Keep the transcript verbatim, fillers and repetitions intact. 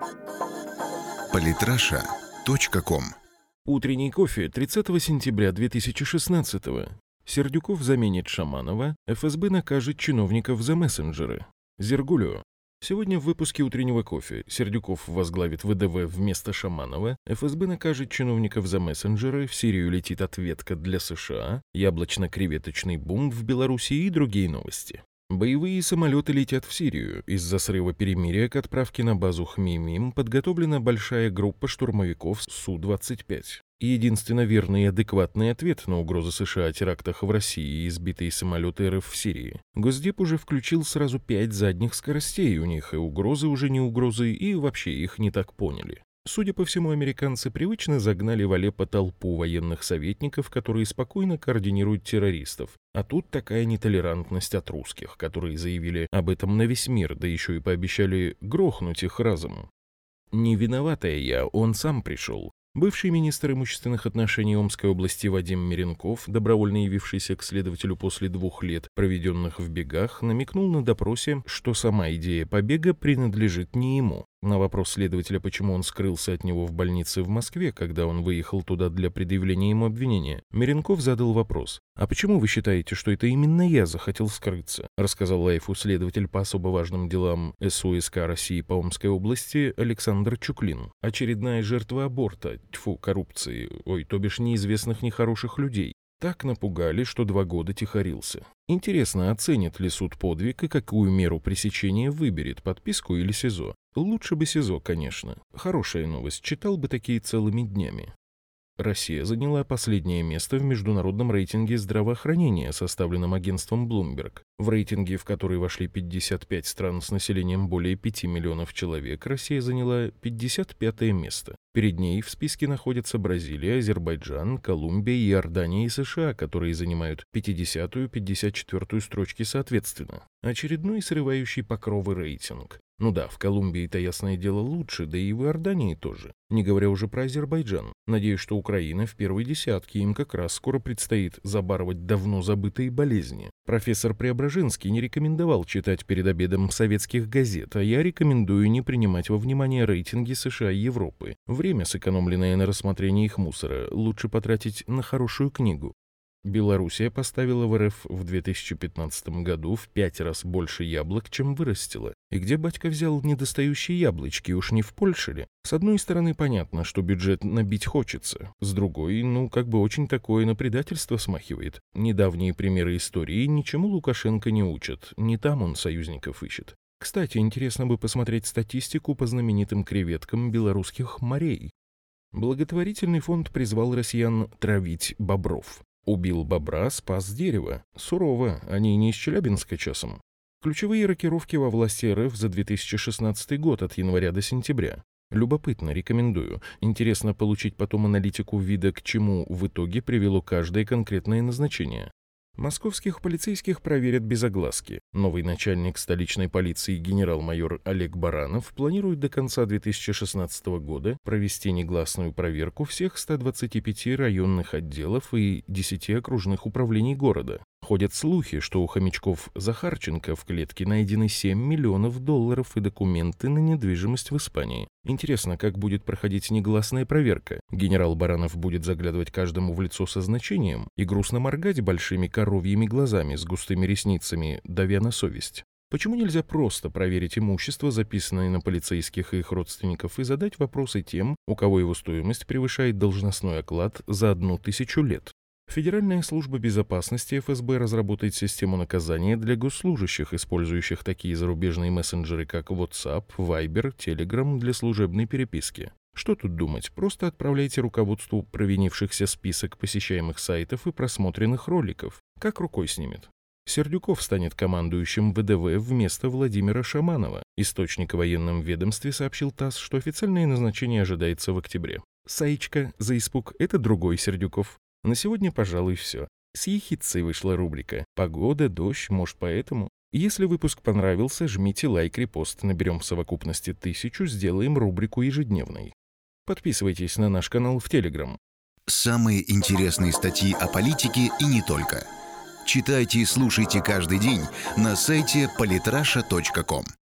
политраша точка ком. Утренний кофе тридцатого сентября две тысячи шестнадцатого. Сердюков заменит Шаманова, эф эс бэ накажет чиновников за мессенджеры. Зергулио. Сегодня в выпуске утреннего кофе Сердюков возглавит вэ дэ вэ вместо Шаманова, эф эс бэ накажет чиновников за мессенджеры, в Сирию летит ответка для США, яблочно-креветочный бум в Беларуси и другие новости. Боевые самолеты летят в Сирию. Из-за срыва перемирия к отправке на базу Хмеймим подготовлена большая группа штурмовиков Су двадцать пять. Единственно верный и адекватный ответ на угрозы США о терактах в России и избитые самолеты эр эф в Сирии. Госдеп уже включил сразу пять задних скоростей, у них и угрозы уже не угрозы, и вообще их не так поняли. Судя по всему, американцы привычно загнали в Алеппо толпу военных советников, которые спокойно координируют террористов. А тут такая нетолерантность от русских, которые заявили об этом на весь мир, да еще и пообещали грохнуть их разом. Не виноватая я, он сам пришел. Бывший министр имущественных отношений Омской области Вадим Меренков, добровольно явившийся к следователю после двух лет, проведенных в бегах, намекнул на допросе, что сама идея побега принадлежит не ему. На вопрос следователя, почему он скрылся от него в больнице в Москве, когда он выехал туда для предъявления ему обвинения, Меренков задал вопрос: «А почему вы считаете, что это именно я захотел скрыться?» Рассказал Лайфу следователь по особо важным делам эс у эс ка России по Омской области Александр Чуклин. Очередная жертва аборта, тьфу, коррупции, ой, то бишь неизвестных нехороших людей. Так напугали, что два года тихорился. Интересно, оценит ли суд подвиг и какую меру пресечения выберет, подписку или СИЗО? Лучше бы СИЗО, конечно. Хорошая новость, читал бы такие целыми днями. Россия заняла последнее место в международном рейтинге здравоохранения, составленном агентством Bloomberg. В рейтинге, в который вошли пятьдесят пять стран с населением более пяти миллионов человек, Россия заняла пятьдесят пятое место. Перед ней в списке находятся Бразилия, Азербайджан, Колумбия, Иордания и США, которые занимают пятидесятую и пятьдесят четвёртую строчки соответственно. Очередной срывающий покровы рейтинг. Ну да, в Колумбии-то, ясное дело, лучше, да и в Иордании тоже. Не говоря уже про Азербайджан. Надеюсь, что Украина в первой десятке, им как раз скоро предстоит забарывать давно забытые болезни. Профессор Преображенский не рекомендовал читать перед обедом советских газет, а я рекомендую не принимать во внимание рейтинги США и Европы. Время, сэкономленное на рассмотрении их мусора, лучше потратить на хорошую книгу. Белоруссия поставила в эр эф в две тысячи пятнадцатом году в пять раз больше яблок, чем вырастила. И где батька взял недостающие яблочки, уж не в Польше ли? С одной стороны, понятно, что бюджет набить хочется. С другой, ну, как бы очень такое на предательство смахивает. Недавние примеры истории ничему Лукашенко не учат, не там он союзников ищет. Кстати, интересно бы посмотреть статистику по знаменитым креветкам белорусских морей. Благотворительный фонд призвал россиян травить бобров. Убил бобра, спас дерево. Сурово, они не из Челябинска часом. Ключевые рокировки во власти эр эф за две тысячи шестнадцатый год от января до сентября. Любопытно, рекомендую. Интересно получить потом аналитику вида, к чему в итоге привело каждое конкретное назначение. Московских полицейских проверят без огласки. Новый начальник столичной полиции генерал-майор Олег Баранов планирует до конца две тысячи шестнадцатого года провести негласную проверку всех ста двадцати пяти районных отделов и десяти окружных управлений города. Ходят слухи, что у хомячков Захарченко в клетке найдены семь миллионов долларов и документы на недвижимость в Испании. Интересно, как будет проходить негласная проверка. Генерал Баранов будет заглядывать каждому в лицо со значением и грустно моргать большими коровьими глазами с густыми ресницами, давя на совесть. Почему нельзя просто проверить имущество, записанное на полицейских и их родственников, и задать вопросы тем, у кого его стоимость превышает должностной оклад за одну тысячу лет? Федеральная служба безопасности эф эс бэ разработает систему наказания для госслужащих, использующих такие зарубежные мессенджеры, как WhatsApp, Viber, Telegram для служебной переписки. Что тут думать? Просто отправляйте руководству провинившихся список посещаемых сайтов и просмотренных роликов. Как рукой снимет. Сердюков станет командующим вэ дэ вэ вместо Владимира Шаманова. Источник в военном ведомстве сообщил ТАСС, что официальное назначение ожидается в октябре. Саечка за испуг — это другой Сердюков. На сегодня, пожалуй, все. С ехидцей вышла рубрика «Погода, дождь, может, поэтому». Если выпуск понравился, жмите лайк, репост, наберем в совокупности тысячу, сделаем рубрику ежедневной. Подписывайтесь на наш канал в Telegram. Самые интересные статьи о политике и не только. Читайте и слушайте каждый день на сайте политраша точка ком.